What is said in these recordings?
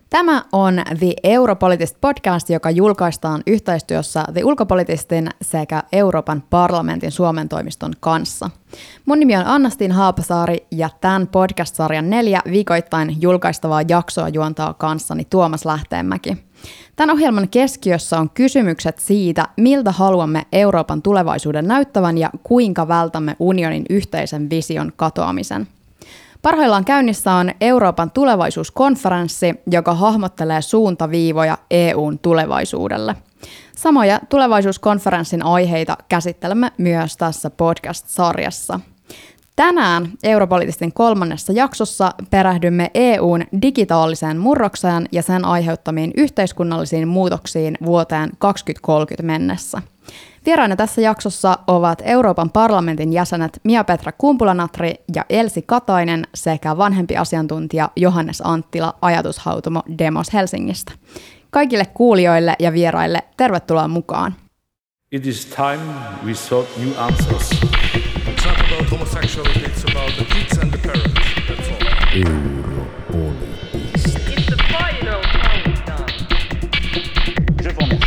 Tämä on The Europolitist podcast, joka julkaistaan yhteistyössä The Ulkopolitistin sekä Euroopan parlamentin Suomen toimiston kanssa. Mun nimi on Anna-Stiin Haapasaari ja tämän podcast-sarjan 4 viikoittain julkaistavaa jaksoa juontaa kanssani Tuomas Lähteenmäki. Tämän ohjelman keskiössä on kysymykset siitä, miltä haluamme Euroopan tulevaisuuden näyttävän ja kuinka vältämme unionin yhteisen vision katoamisen. Parhaillaan käynnissä on Euroopan tulevaisuuskonferenssi, joka hahmottelee suuntaviivoja EUn tulevaisuudelle. Samoja tulevaisuuskonferenssin aiheita käsittelemme myös tässä podcast-sarjassa. Tänään Europolitistin 3. jaksossa perehdymme EUn digitaaliseen murrokseen ja sen aiheuttamiin yhteiskunnallisiin muutoksiin vuoteen 2030 mennessä. Vieraina tässä jaksossa ovat Euroopan parlamentin jäsenet Mia-Petra Kumpula-Natri ja Elsi Katainen sekä vanhempi asiantuntija Johannes Anttila ajatushautomo Demos Helsingistä. Kaikille kuulijoille ja vieraille tervetuloa mukaan. It is time we sought new answers. It's not about homosexuality, it's about the kids and the parents, that's all. Europolitist. It's the final countdown. Je vous remercie.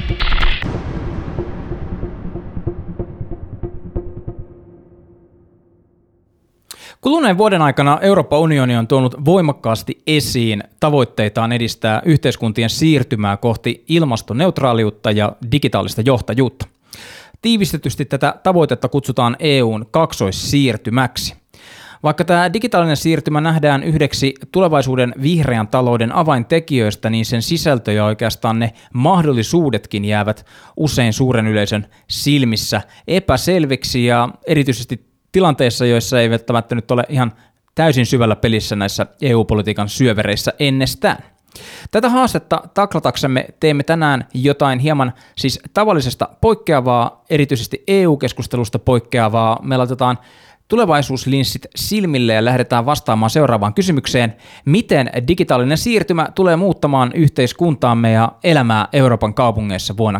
Kuluneen vuoden aikana Euroopan unioni on tuonut voimakkaasti esiin tavoitteitaan edistää yhteiskuntien siirtymää kohti ilmastoneutraaliutta ja digitaalista johtajuutta. Tiivistetysti tätä tavoitetta kutsutaan EUn kaksoissiirtymäksi. Vaikka tämä digitaalinen siirtymä nähdään yhdeksi tulevaisuuden vihreän talouden avaintekijöistä, niin sen sisältö ja oikeastaan ne mahdollisuudetkin jäävät usein suuren yleisön silmissä epäselviksi ja erityisesti tilanteissa, joissa ei välttämättä nyt ole ihan täysin syvällä pelissä näissä EU-politiikan syövereissä ennestään. Tätä haastetta taklataksemme teemme tänään jotain hieman siis tavallisesta poikkeavaa, erityisesti EU-keskustelusta poikkeavaa. Me laitetaan tulevaisuuslinssit silmille ja lähdetään vastaamaan seuraavaan kysymykseen. Miten digitaalinen siirtymä tulee muuttamaan yhteiskuntaamme ja elämää Euroopan kaupungeissa vuonna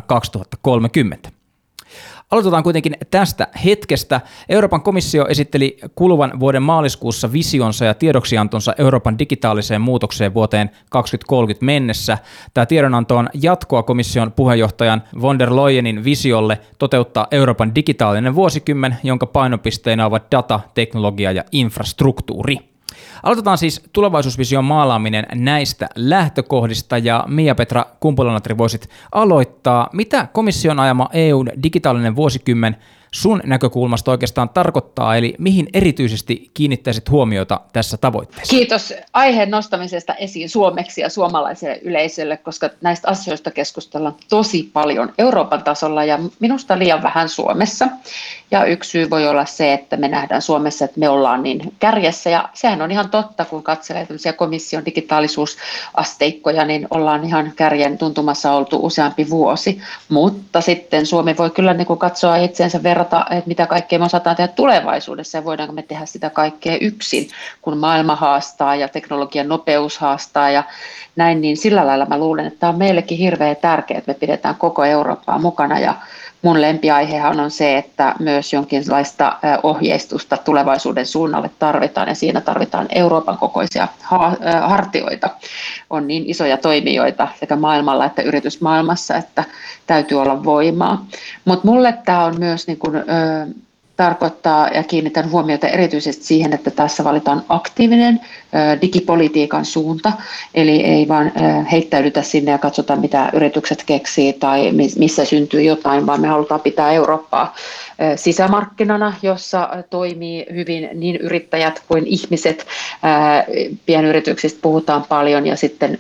2030? Aloitetaan kuitenkin tästä hetkestä. Euroopan komissio esitteli kuluvan vuoden maaliskuussa visionsa ja tiedoksiantonsa Euroopan digitaaliseen muutokseen vuoteen 2030 mennessä. Tämä tiedonanto on jatkoa komission puheenjohtajan von der Leyenin visiolle toteuttaa Euroopan digitaalinen vuosikymmen, jonka painopisteinä ovat data, teknologia ja infrastruktuuri. Aloitetaan siis tulevaisuusvision maalaaminen näistä lähtökohdista ja Mia-Petra Kumpula-Natri voisit aloittaa. Mitä komission ajama EUn digitaalinen vuosikymmen sun näkökulmasta oikeastaan tarkoittaa, eli mihin erityisesti kiinnittäisit huomiota tässä tavoitteessa? Kiitos aiheen nostamisesta esiin suomeksi ja suomalaiselle yleisölle, koska näistä asioista keskustellaan tosi paljon Euroopan tasolla ja minusta liian vähän Suomessa. Ja yksi syy voi olla se, että me nähdään Suomessa, että me ollaan niin kärjessä ja sehän on ihan totta, kun katselee tämmöisiä komission digitaalisuusasteikkoja, niin ollaan ihan kärjen tuntumassa oltu useampi vuosi, mutta sitten Suomi voi kyllä niin kuin katsoa itseensä verrata, että mitä kaikkea me osataan tehdä tulevaisuudessa ja voidaanko me tehdä sitä kaikkea yksin, kun maailma haastaa ja teknologian nopeus haastaa ja näin, niin sillä lailla mä luulen, että tämä on meillekin hirveän tärkeää, että me pidetään koko Eurooppaa mukana ja mun lempiaihehan on se, että myös jonkinlaista ohjeistusta tulevaisuuden suunnalle tarvitaan ja siinä tarvitaan Euroopan kokoisia hartioita. On niin isoja toimijoita sekä maailmalla että yritysmaailmassa, että täytyy olla voimaa. Mutta mulle tämä on myös niin kun, tarkoittaa ja kiinnitän huomiota erityisesti siihen, että tässä valitaan aktiivinen digipolitiikan suunta, eli ei vaan heittäydytä sinne ja katsota mitä yritykset keksii tai missä syntyy jotain, vaan me halutaan pitää Eurooppaa sisämarkkinana, jossa toimii hyvin niin yrittäjät kuin ihmiset. Pienyrityksistä puhutaan paljon ja sitten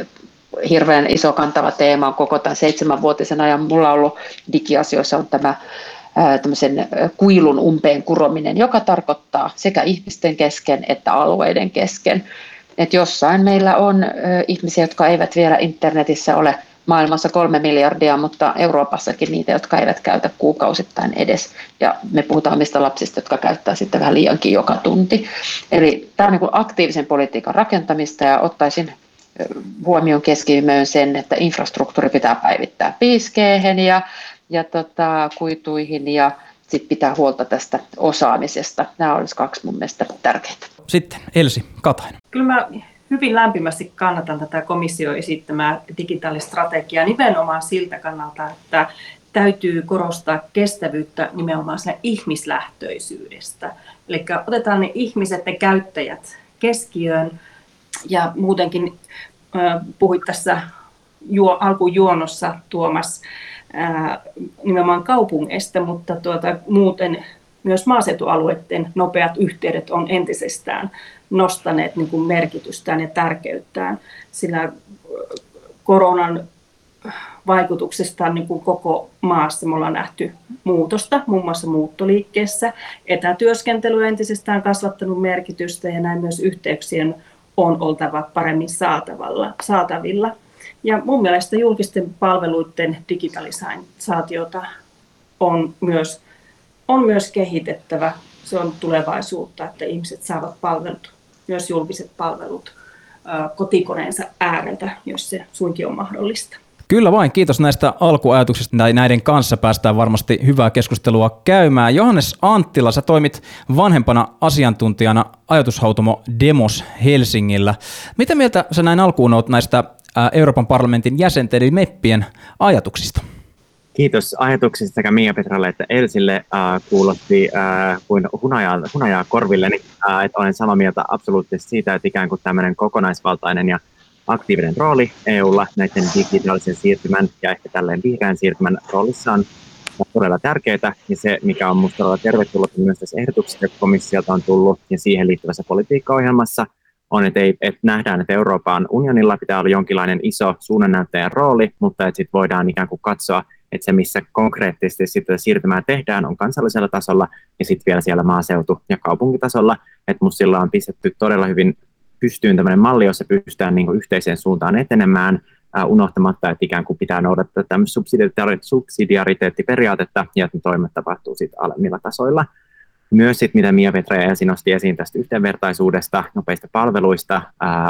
hirveän iso kantava teema on koko tämän 7-vuotisen ajan. Mulla on ollut digiasioissa on tämä tämmöisen kuilun umpeen kurominen, joka tarkoittaa sekä ihmisten kesken että alueiden kesken. Että jossain meillä on ihmisiä, jotka eivät vielä internetissä ole maailmassa 3 miljardia, mutta Euroopassakin niitä, jotka eivät käytä kuukausittain edes. Ja me puhutaan omista lapsista, jotka käyttää sitten vähän liiankin joka tunti. Eli tämä on niin kuin aktiivisen politiikan rakentamista ja ottaisin huomioon keskiöön sen, että infrastruktuuri pitää päivittää 5G:hen ja kuituihin ja sitten pitää huolta tästä osaamisesta. Nämä olisi 2 mun mielestä tärkeitä. Sitten Elsi Katainen. Kyllä mä hyvin lämpimästi kannatan tätä komission esittämää digitaalistrategiaa nimenomaan siltä kannalta, että täytyy korostaa kestävyyttä nimenomaan sen ihmislähtöisyydestä. Eli otetaan ne ihmiset, ne käyttäjät keskiöön ja muutenkin puhuit tässä alkujuonossa, Tuomas, nimenomaan kaupungeista, mutta muuten myös maaseutualueiden nopeat yhteydet on entisestään nostaneet niin kuin merkitystään ja tärkeyttään, sillä koronan vaikutuksesta niin kuin koko maassa me ollaan nähty muutosta, muun muassa muuttoliikkeessä. Etätyöskentely on entisestään kasvattanut merkitystä ja näin myös yhteyksien on oltava paremmin saatavilla. Ja mun mielestä julkisten palveluiden digitalisaatiota on myös kehitettävä. Se on tulevaisuutta, että ihmiset saavat palvelut, myös julkiset palvelut kotikoneensa ääreltä, jos se suinkin on mahdollista. Kyllä vain, kiitos näistä alkuajatuksista. Näiden kanssa päästään varmasti hyvää keskustelua käymään. Johannes Anttila, sä toimit vanhempana asiantuntijana ajatushautomo Demos Helsingillä. Mitä mieltä sä näin alkuun oot näistä Euroopan parlamentin jäsenten eli meppien ajatuksista? Kiitos ajatuksista sekä Miapetralle että Elsille. Kuulosti kuin hunajaa korvilleni, että olen samaa mieltä absoluuttisesti siitä, että ikään kuin tämmöinen kokonaisvaltainen ja aktiivinen rooli EUlla näiden digitaalisen siirtymän ja ehkä tälleen vihreän siirtymän roolissa on todella tärkeää. Ja se, mikä on minusta todella tervetullut myös tässä ehdotuksessa, joka komissiolta on tullut ja siihen liittyvässä politiikkaohjelmassa, on, että nähdään, että Euroopan unionilla pitää olla jonkinlainen iso suunnannäyttäjän rooli, mutta että sitten voidaan ikään kuin katsoa, että se, missä konkreettisesti sitä siirtymää tehdään, on kansallisella tasolla ja sitten vielä siellä maaseutu- ja kaupunkitasolla. Että minusta sillä on pistetty todella hyvin pystyyn tämmöinen malli, jossa pystytään niin kuin yhteiseen suuntaan etenemään, unohtamatta, että ikään kuin pitää noudattaa tämmöistä subsidiariteettiperiaatetta ja että toimet tapahtuu sitten alemmilla tasoilla. Myös sit, mitä Miapetra ja Elsi nosti esiin tästä yhdenvertaisuudesta, nopeista palveluista,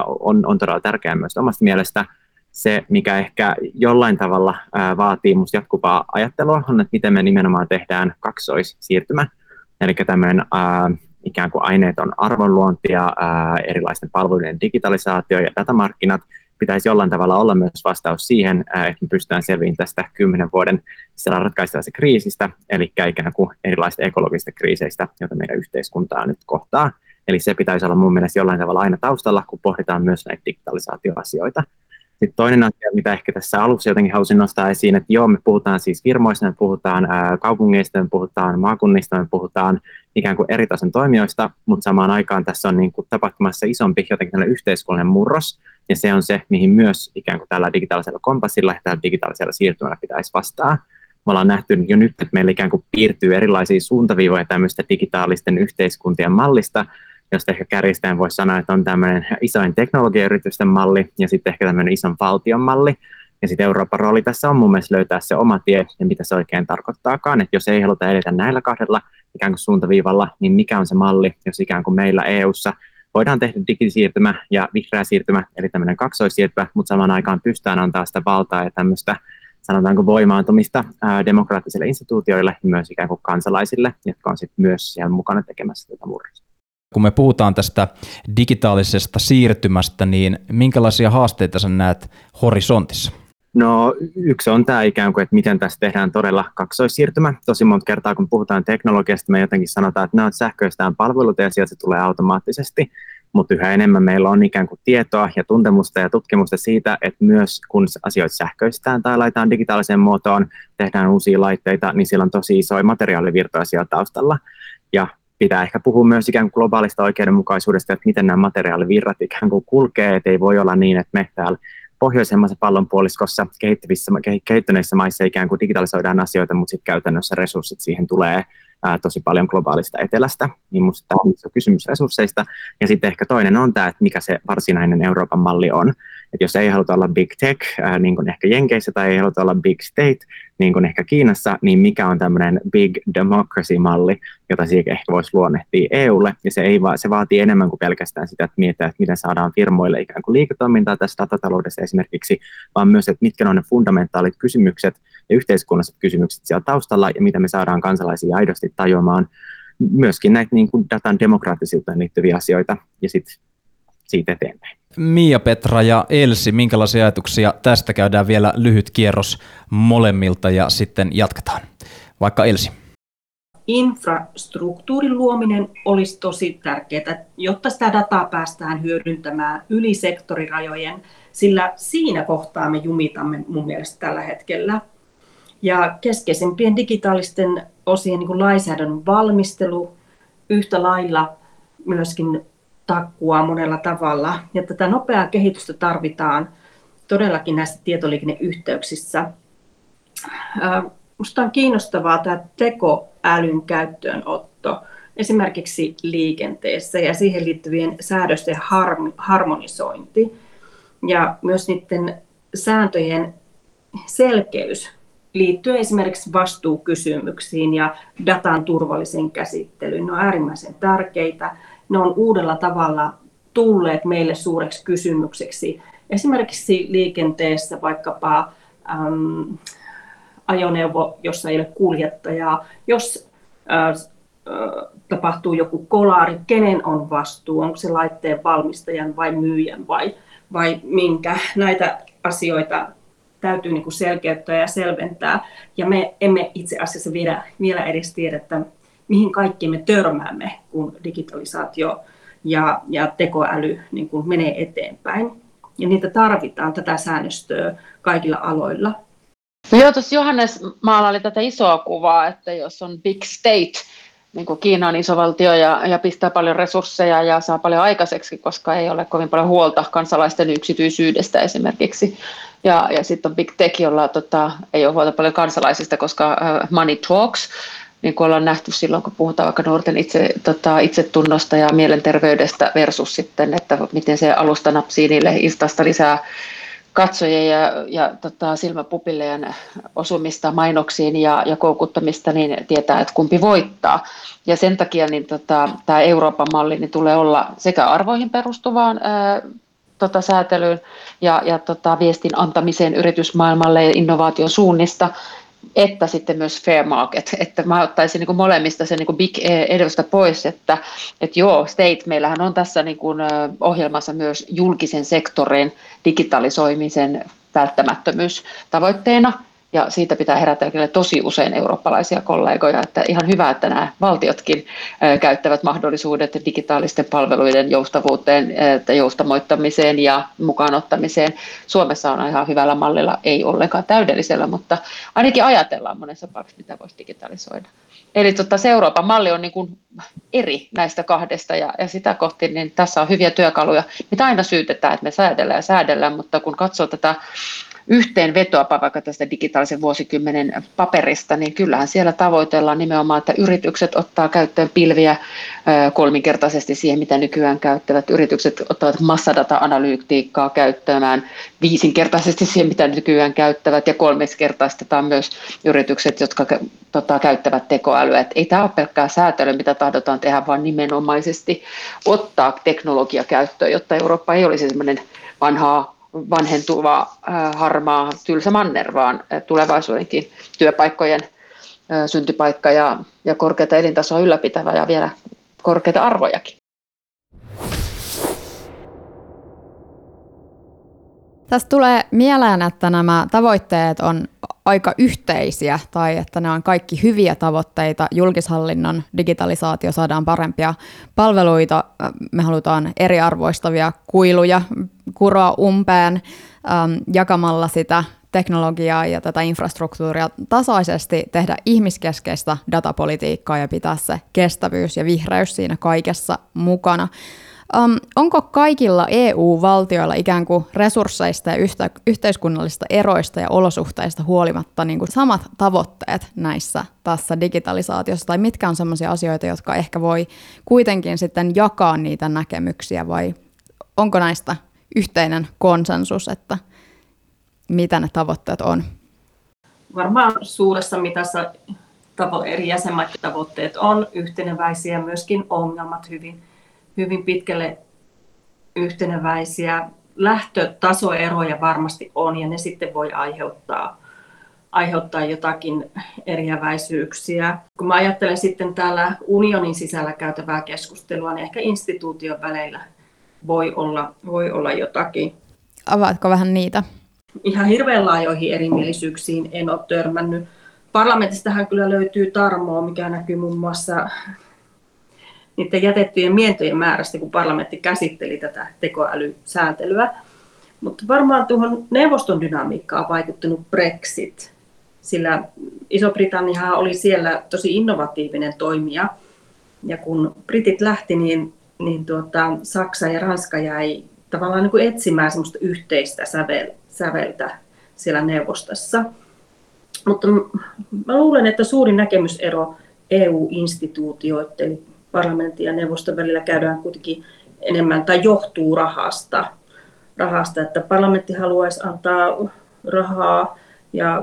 on todella tärkeää myös omasta mielestä. Se, mikä ehkä jollain tavalla vaatii musta jatkuvaa ajattelua, on, että miten me nimenomaan tehdään kaksoissiirtymä. Eli tämmöinen ikään kuin aineeton arvonluonti ja erilaisten palveluiden digitalisaatio ja datamarkkinat pitäisi jollain tavalla olla myös vastaus siihen, että me pystytään selviämään tästä 10 vuoden ratkaistavasta kriisistä, eli ikään kuin erilaisista ekologisista kriiseistä, joita meidän yhteiskuntaa nyt kohtaa. Eli se pitäisi olla mun mielestä jollain tavalla aina taustalla, kun pohditaan myös näitä digitalisaatioasioita. Sitten toinen asia, mitä ehkä tässä alussa jotenkin halusin nostaa esiin, että joo, me puhutaan siis firmoista, me puhutaan kaupungeista, me puhutaan maakunnista, me puhutaan ikään kuin eri tason toimijoista, mutta samaan aikaan tässä on niin kuin tapahtumassa isompi jotenkin tällainen yhteiskunnallinen murros, ja se on se, mihin myös ikään kuin tällä digitaalisella kompassilla ja tällä digitaalisella siirtymällä pitäisi vastaa. Me ollaan nähty jo nyt, että meillä ikään kuin piirtyy erilaisia suuntaviivoja tämmöistä digitaalisten yhteiskuntien mallista, josta ehkä kärjistäen voisi sanoa, että on tämmöinen isoin teknologiayritysten malli ja sitten ehkä tämmöinen ison valtion malli. Ja sitten Euroopan rooli tässä on mun mielestä löytää se oma tie ja mitä se oikein tarkoittaakaan. Että jos ei haluta edetä näillä kahdella ikään kuin suuntaviivalla, niin mikä on se malli, jos ikään kuin meillä EU:ssa voidaan tehdä digisiirtymä ja vihreä siirtymä, eli tämmöinen kaksoissiirtymä, mutta samaan aikaan pystytään antaa sitä valtaa ja tämmöistä sanotaanko voimaantumista demokraattisille instituutioille ja myös ikään kuin kansalaisille, jotka on sitten myös siellä mukana tekemässä tätä murrosta. Kun me puhutaan tästä digitaalisesta siirtymästä, niin minkälaisia haasteita sä näet horisontissa? No yksi on tämä ikään kuin, että miten tässä tehdään todella kaksoissiirtymä. Tosi monta kertaa, kun puhutaan teknologiasta, me jotenkin sanotaan, että sähköistään palveluita ja sieltä se tulee automaattisesti, mutta yhä enemmän meillä on ikään kuin tietoa ja tuntemusta ja tutkimusta siitä, että myös kun asioita sähköistetään tai laitetaan digitaaliseen muotoon, tehdään uusia laitteita, niin siellä on tosi isoja materiaalivirtoja siellä taustalla. Ja pitää ehkä puhua myös ikään kuin globaalista oikeudenmukaisuudesta, että miten nämä materiaalivirrat ikään kuin kulkee, että ei voi olla niin, että me täällä pohjoisemmassa pallonpuoliskossa kehittyneissä maissa ikään kuin digitalisoidaan asioita, mutta sitten käytännössä resurssit siihen tulee tosi paljon globaalista etelästä, niin minusta tämä on iso kysymys resursseista. Ja sitten ehkä toinen on tämä, että mikä se varsinainen Euroopan malli on. Että jos ei haluta olla big tech, niin kuin ehkä Jenkeissä, tai ei haluta olla big state, niin kuin ehkä Kiinassa, niin mikä on tämmöinen big democracy-malli, jota siitä ehkä voisi luonnehtia EUlle. Ja se vaatii enemmän kuin pelkästään sitä, että mietitään, että miten saadaan firmoille ikään kuin liiketoimintaa tässä datataloudessa esimerkiksi, vaan myös, että mitkä on ne fundamentaalit kysymykset ja yhteiskunnalliset kysymykset siellä taustalla, ja mitä me saadaan kansalaisia aidosti tajuamaan myöskin näitä niin kuin datan demokraattisuuteen liittyviä asioita. Ja sitten siitä eteenpäin. Miia-Petra ja Elsi, minkälaisia ajatuksia tästä? Käydään vielä lyhyt kierros molemmilta ja sitten jatketaan. Vaikka Elsi. Infrastruktuurin luominen olisi tosi tärkeää, jotta sitä dataa päästään hyödyntämään yli sektorirajojen, sillä siinä kohtaa me jumitamme mun mielestä tällä hetkellä. Ja keskeisimpien digitaalisten osien niin kuin lainsäädännön valmistelu yhtä lailla myöskin takkuaa monella tavalla. Ja tätä nopeaa kehitystä tarvitaan todellakin näissä tietoliikenneyhteyksissä. Minusta on kiinnostavaa tämä tekoälyn käyttöönotto esimerkiksi liikenteessä ja siihen liittyvien säädösten harmonisointi ja myös niiden sääntöjen selkeys liittyen esimerkiksi vastuukysymyksiin ja datan turvalliseen käsittelyyn. Ne on äärimmäisen tärkeitä. Ne on uudella tavalla tulleet meille suureksi kysymykseksi. Esimerkiksi liikenteessä vaikkapa ajoneuvo, jossa ei ole kuljettajaa. Jos tapahtuu joku kolari, kenen on vastuu? Onko se laitteen valmistajan vai myyjän vai minkä? Näitä asioita täytyy niin kuin selkeyttää ja selventää. Ja me emme itse asiassa vielä edes tiedä, että mihin kaikki me törmäämme, kun digitalisaatio ja tekoäly niin kuin menee eteenpäin. Ja niitä tarvitaan, tätä säännöstöä kaikilla aloilla. No joo, tuossa Johannes maalaili tätä isoa kuvaa, että jos on big state, niin kuin Kiina on iso valtio ja pistää paljon resursseja ja saa paljon aikaiseksi, koska ei ole kovin paljon huolta kansalaisten yksityisyydestä esimerkiksi. Ja sitten on big tech, jolla ei ole huolta paljon kansalaisista, koska money talks, niin kuin ollaan nähty silloin, kun puhutaan vaikka nuorten itsetunnosta ja mielenterveydestä versus sitten, että miten se alusta napsii niille Instasta lisää katsojia ja silmäpupilleen osumista mainoksiin ja koukuttamista, niin tietää, että kumpi voittaa. Ja sen takia niin tämä Euroopan malli niin tulee olla sekä arvoihin perustuvaan säätelyyn ja viestin antamiseen yritysmaailmalle ja innovaation suunnista, että sitten myös fair market, että mä ottaisin niin kuin molemmista sen niin kuin big edestä pois, että joo, state, meillähän on tässä niin kuin ohjelmassa myös julkisen sektorin digitalisoimisen välttämättömyys tavoitteena, ja siitä pitää herätellä tosi usein eurooppalaisia kollegoja, että ihan hyvä, että nämä valtiotkin käyttävät mahdollisuudet digitaalisten palveluiden joustavuuteen, joustamoittamiseen ja mukaanottamiseen. Suomessa on ihan hyvällä mallilla, ei ollenkaan täydellisellä, mutta ainakin ajatellaan monessa paikassa, mitä voisi digitalisoida. Eli se Euroopan malli on niin kuin eri näistä kahdesta ja sitä kohti, niin tässä on hyviä työkaluja, mitä aina syytetään, että me säädellään, mutta kun katsoo tätä yhteenvetoa vaikka tästä digitaalisen vuosikymmenen paperista, niin kyllähän siellä tavoitellaan nimenomaan, että yritykset ottaa käyttöön pilviä kolminkertaisesti siihen, mitä nykyään käyttävät. Yritykset ottavat massadata-analyytiikkaa käyttämään viisinkertaisesti siihen, mitä nykyään käyttävät, ja kolmiskertaistetaan myös yritykset, jotka käyttävät tekoälyä. Et ei tämä ole pelkkää säätelyä, mitä tahdotaan tehdä, vaan nimenomaisesti ottaa teknologia käyttöön, jotta Eurooppa ei olisi sellainen vanhentuva, harmaa, tylsä manner, vaan tulevaisuudenkin työpaikkojen syntypaikka ja korkeata elintasoa ylläpitävä ja vielä korkeita arvojakin. Tästä tulee mieleen, että nämä tavoitteet on aika yhteisiä tai että ne on kaikki hyviä tavoitteita. Julkishallinnon digitalisaatio, saadaan parempia palveluita, me halutaan eriarvoistavia kuiluja kuroa umpeen jakamalla sitä teknologiaa ja tätä infrastruktuuria tasaisesti, tehdä ihmiskeskeistä datapolitiikkaa ja pitää se kestävyys ja vihreys siinä kaikessa mukana. Onko kaikilla EU-valtioilla ikään kuin resursseista ja yhteiskunnallisista eroista ja olosuhteista huolimatta niin kuin samat tavoitteet tässä digitalisaatiossa, tai mitkä on sellaisia asioita, jotka ehkä voi kuitenkin sitten jakaa niitä näkemyksiä, vai onko näistä yhteinen konsensus, että mitä ne tavoitteet on? Varmaan suuressa mitassa eri jäsenmaiden tavoitteet on yhteneväisiä, myöskin ongelmat hyvin pitkälle yhteneväisiä. Lähtötasoeroja varmasti on, ja ne sitten voi aiheuttaa jotakin eriäväisyyksiä. Kun mä ajattelen sitten täällä unionin sisällä käytävää keskustelua, niin ehkä instituution voi olla jotakin. Avaatko vähän niitä? Ihan hirveän laajoihin erimielisyyksiin en ole törmännyt. Parlamentistahan kyllä löytyy tarmoa, mikä näkyy muun muassa niiden jätettyjen mietojen määrästä, kun parlamentti käsitteli tätä tekoälysääntelyä. Mutta varmaan tuohon neuvoston dynamiikkaan on vaikuttanut Brexit, sillä Iso-Britanniahan oli siellä tosi innovatiivinen toimija. Ja kun britit lähti, niin Saksa ja Ranska jäi tavallaan niin kuin etsimään semmoista yhteistä säveltä siellä neuvostossa. Mutta mä luulen, että suurin näkemysero EU-instituutioiden, parlamentin ja neuvoston välillä käydään kuitenkin enemmän tai johtuu rahasta, että parlamentti haluaisi antaa rahaa ja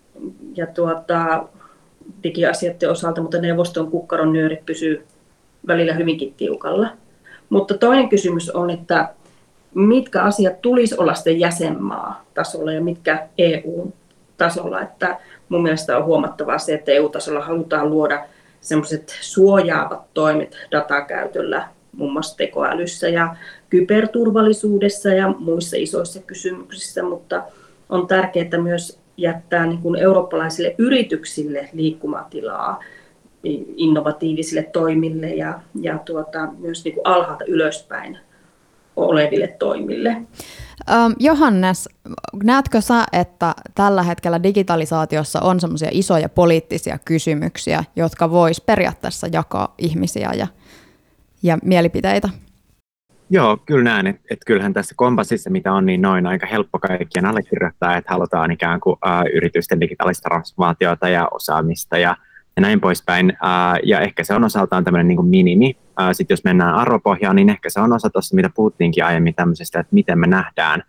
digiasioiden osalta, mutta neuvoston kukkaron nyörit pysyy välillä hyvinkin tiukalla. Mutta toinen kysymys on, että mitkä asiat tulisi olla sitten jäsenmaa-tasolla ja mitkä EU-tasolla. Että mun mielestä on huomattavaa se, että EU-tasolla halutaan luoda sellaiset suojaavat toimet datakäytöllä, muun muassa tekoälyssä ja kyberturvallisuudessa ja muissa isoissa kysymyksissä, mutta on tärkeää myös jättää niin kuin eurooppalaisille yrityksille liikkumatilaa innovatiivisille toimille ja myös niin kuin alhaalta ylöspäin oleville toimille. Johannes, näetkö sä, että tällä hetkellä digitalisaatiossa on semmoisia isoja poliittisia kysymyksiä, jotka vois periaatteessa jakaa ihmisiä ja mielipiteitä? Joo, kyllä näen, että kyllähän tässä kompassissa, mitä on, niin noin aika helppo kaikkien allekirjoittaa, että halutaan ikään kuin yritysten digitaalista transformaatiota ja osaamista ja näin poispäin. Ja ehkä se on osaltaan tämmöinen niin kuin minimi. Sitten jos mennään arvopohjaan, niin ehkä se on osa tuossa, mitä puhuttiinkin aiemmin tämmöisestä, että miten me nähdään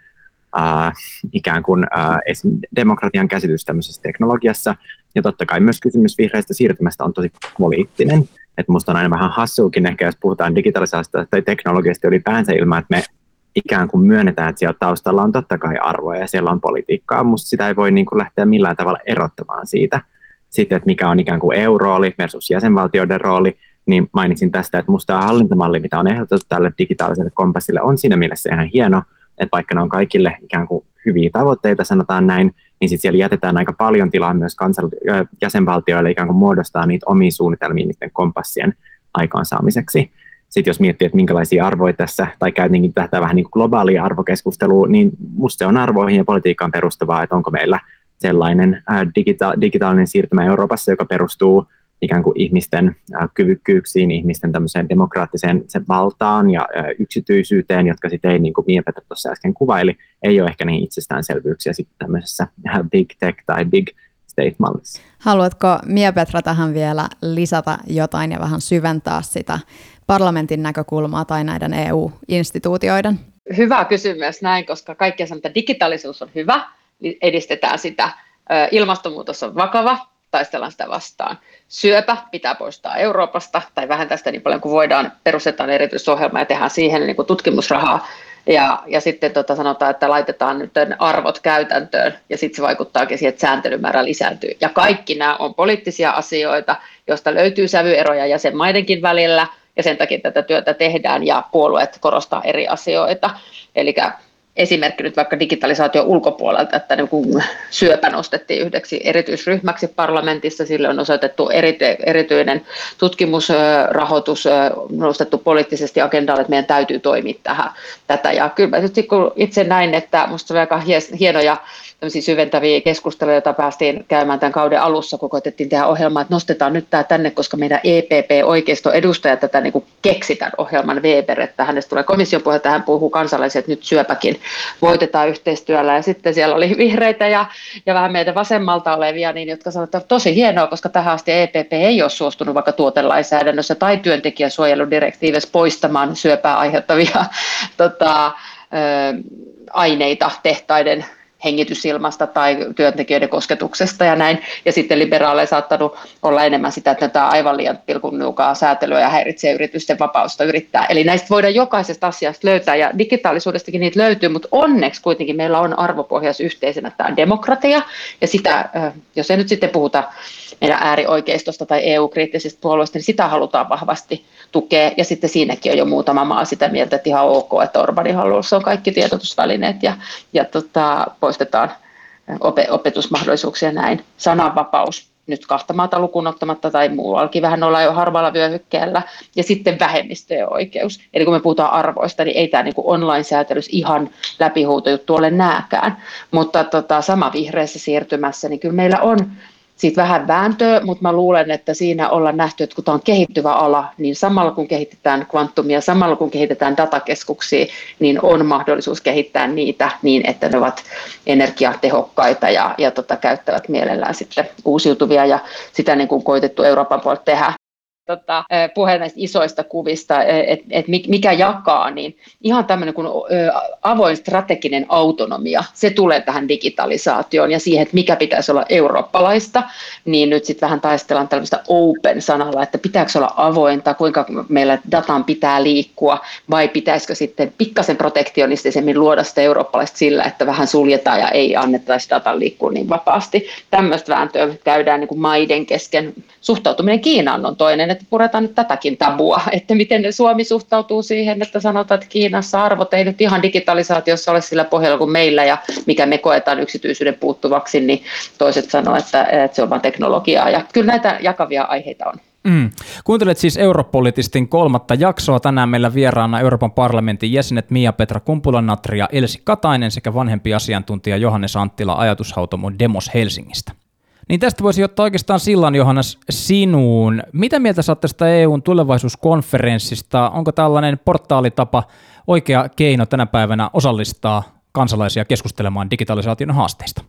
ikään kuin demokratian käsitys tämmöisessä teknologiassa. Ja totta kai myös kysymys vihreästä siirtymästä on tosi poliittinen. Että musta on aina vähän hassuukin ehkä, jos puhutaan digitalisaatiosta tai teknologiasta ylipäänsä ilman, että me ikään kuin myönnetään, että siellä taustalla on totta kai arvoja ja siellä on politiikkaa. Musta sitä ei voi niin kuin lähteä millään tavalla erottamaan siitä. Sitten, että mikä on ikään kuin EU-rooli versus jäsenvaltioiden rooli, niin mainitsin tästä, että musta tämä hallintamalli, mitä on ehdotettu tälle digitaaliselle kompassille, on siinä mielessä ihan hieno, että vaikka ne on kaikille ikään kuin hyviä tavoitteita, sanotaan näin, niin sitten siellä jätetään aika paljon tilaa myös jäsenvaltioille ikään kuin muodostaa niitä omia suunnitelmia niiden kompassien aikaansaamiseksi. Sitten jos miettii, että minkälaisia arvoja tässä, tai käytinkin tätä vähän niin kuin globaalia arvokeskustelua, niin musta se on arvoihin ja politiikkaan perustuvaa, että onko meillä sellainen digitaalinen siirtymä Euroopassa, joka perustuu ikään kuin ihmisten kyvykkyyksiin, ihmisten tämmöiseen demokraattiseen valtaan ja yksityisyyteen, jotka sitten ei, niin kuin Mia-Petra tuossa äsken kuvaili, ei ole ehkä niin itsestäänselvyyksiä sitten tämmöisessä big tech tai big state-mallissa. Haluatko Mia-Petra tähän vielä lisätä jotain ja vähän syventää sitä parlamentin näkökulmaa tai näiden EU-instituutioiden? Hyvä kysymys näin, koska kaikki sanoo, että digitaalisuus on hyvä, edistetään sitä. Ilmastonmuutos on vakava, taistellaan sitä vastaan. Syöpä pitää poistaa Euroopasta tai vähentää sitä niin paljon kuin voidaan. Perustetaan erityisohjelma ja tehdään siihen niin kuin tutkimusrahaa. Ja sitten sanotaan, että laitetaan nyt arvot käytäntöön ja sitten se vaikuttaakin siihen, että sääntelymäärä lisääntyy. Ja kaikki nämä on poliittisia asioita, joista löytyy sävyeroja jäsenmaidenkin välillä ja sen takia tätä työtä tehdään ja puolueet korostaa eri asioita. Eli esimerkki nyt vaikka digitalisaation ulkopuolelta, että niin syöpä nostettiin yhdeksi erityisryhmäksi parlamentissa, sille on osoitettu erityinen tutkimusrahoitus, nostettu poliittisesti agendalle, että meidän täytyy toimia tätä. Ja kyllä kun itse näin, että minusta oli aika hienoja syventäviä keskusteluja, joita päästiin käymään tämän kauden alussa, kun koetettiin tehdä ohjelmaa, että nostetaan nyt tämä tänne, koska meidän EPP-oikeisto-edustaja tätä niin kuin keksi tämän ohjelman Weber, että hänestä tulee komission puheenjohtaja, hän puhuu kansalaiset, nyt syöpäkin voitetaan yhteistyöllä. Ja sitten siellä oli vihreitä ja vähän meitä vasemmalta olevia, niin, jotka sanoivat, että tosi hienoa, koska tähän asti EPP ei ole suostunut vaikka tuotelainsäädännössä tai työntekijäsuojeludirektiivissä poistamaan syöpää aiheuttavia aineita tehtaiden hengitysilmasta tai työntekijöiden kosketuksesta ja näin. Ja sitten liberaaleja saattanut olla enemmän sitä, että tämä aivan liian pilkunniukaa säätelyä ja häiritsee yritysten vapausta yrittää. Eli näistä voidaan jokaisesta asiasta löytää ja digitaalisuudestakin niitä löytyy, mutta onneksi kuitenkin meillä on arvopohjassa yhteisenä tämä demokratia ja sitä, jos ei nyt sitten puhuta meidän äärioikeistosta tai EU-kriittisistä puolueista, niin sitä halutaan vahvasti tukea. Ja sitten siinäkin on jo muutama maa sitä mieltä, että ihan ok, että Orbanin hallussa on kaikki tiedotusvälineet ja poistetaan opetusmahdollisuuksia näin. Sananvapaus nyt 2 maata lukuun ottamatta tai muuallakin vähän ollaan jo harvalla vyöhykkeellä. Ja sitten vähemmistöjen oikeus. Eli kun me puhutaan arvoista, niin ei tämä niin kuin online-säätelys ihan läpihuutojuttu ole nääkään. Mutta sama vihreässä siirtymässä, niin kyllä meillä on siitä vähän vääntöä, mutta mä luulen, että siinä ollaan nähty, että kun tämä on kehittyvä ala, niin samalla kun kehitetään kvanttumia, samalla kun kehitetään datakeskuksia, niin on mahdollisuus kehittää niitä niin, että ne ovat energiatehokkaita ja käyttävät mielellään sitten uusiutuvia ja sitä niin kuin koitettu Euroopan puolelta tehdä. Puheen näistä isoista kuvista, että mikä jakaa, niin ihan tämmöinen kuin avoin strateginen autonomia, se tulee tähän digitalisaatioon ja siihen, että mikä pitäisi olla eurooppalaista, niin nyt sitten vähän taistellaan tällaista open-sanalla, että pitääkö olla avointa, kuinka meillä datan pitää liikkua, vai pitäisikö sitten pikkasen protektionistisemmin luoda sitä eurooppalaista sillä, että vähän suljetaan ja ei annettaisi datan liikkua niin vapaasti. Tämmöistä vääntöä käydään niin kuin maiden kesken. Suhtautuminen Kiinaan on toinen, että puretaan nyt tätäkin tabua, että miten Suomi suhtautuu siihen, että sanotaan, että Kiinassa arvot ei nyt ihan digitalisaatiossa ole sillä pohjalla kuin meillä ja mikä me koetaan yksityisyyden puuttuvaksi, niin toiset sanoo, että se on vain teknologiaa ja kyllä näitä jakavia aiheita on. Kuuntelet siis Europolitistin 3. jaksoa. Tänään meillä vieraana Euroopan parlamentin jäsenet Miapetra Kumpula-Natri ja Elsi Katainen sekä vanhempi asiantuntija Johannes Anttila ajatushautomo Demos Helsingistä. Niin tästä voisi ottaa oikeastaan sillan, Johannes, sinuun. Mitä mieltä saatte tästä EUn tulevaisuuskonferenssista? Onko tällainen portaalitapa oikea keino tänä päivänä osallistaa kansalaisia keskustelemaan digitalisaation haasteista?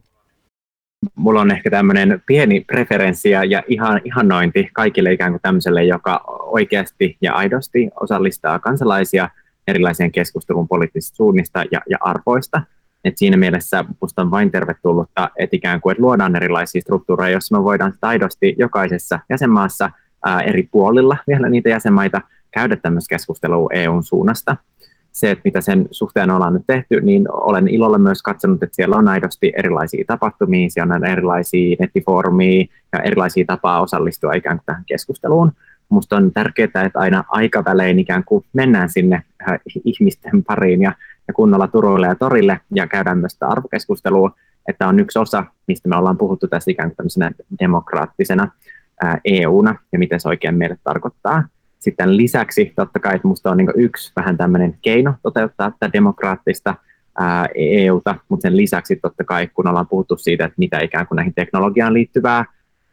Mulla on ehkä tämmöinen pieni preferenssi ja ihannointi kaikille ikään kuin tämmöiselle, joka oikeasti ja aidosti osallistaa kansalaisia erilaiseen keskusteluun poliittisista suunnista ja arvoista. Et siinä mielessä musta on vain tervetullutta, että ikään kuin että luodaan erilaisia struktuureja, joissa me voidaan aidosti jokaisessa jäsenmaassa eri puolilla vielä niitä jäsenmaita käydä tämmöistä keskustelua EUn suunnasta. Se, että mitä sen suhteen ollaan nyt tehty, niin olen ilolla myös katsonut, että siellä on aidosti erilaisia tapahtumia, siellä on erilaisia nettifoorumia ja erilaisia tapaa osallistua ikään kuin tähän keskusteluun. Musta on tärkeää, että aina aikavälein ikään kuin mennään sinne ihmisten pariin ja kunnolla Turuille ja torille ja käydään myös sitä arvokeskustelua, että on yksi osa, mistä me ollaan puhuttu tässä ikään kuin tämmöisenä demokraattisena EUna ja mitä se oikein meille tarkoittaa. Sitten lisäksi totta kai, että musta on niin kuin yksi vähän tämmöinen keino toteuttaa tätä demokraattista EUta, mutta sen lisäksi totta kai, kun ollaan puhuttu siitä, että mitä ikään kuin näihin teknologiaan liittyvää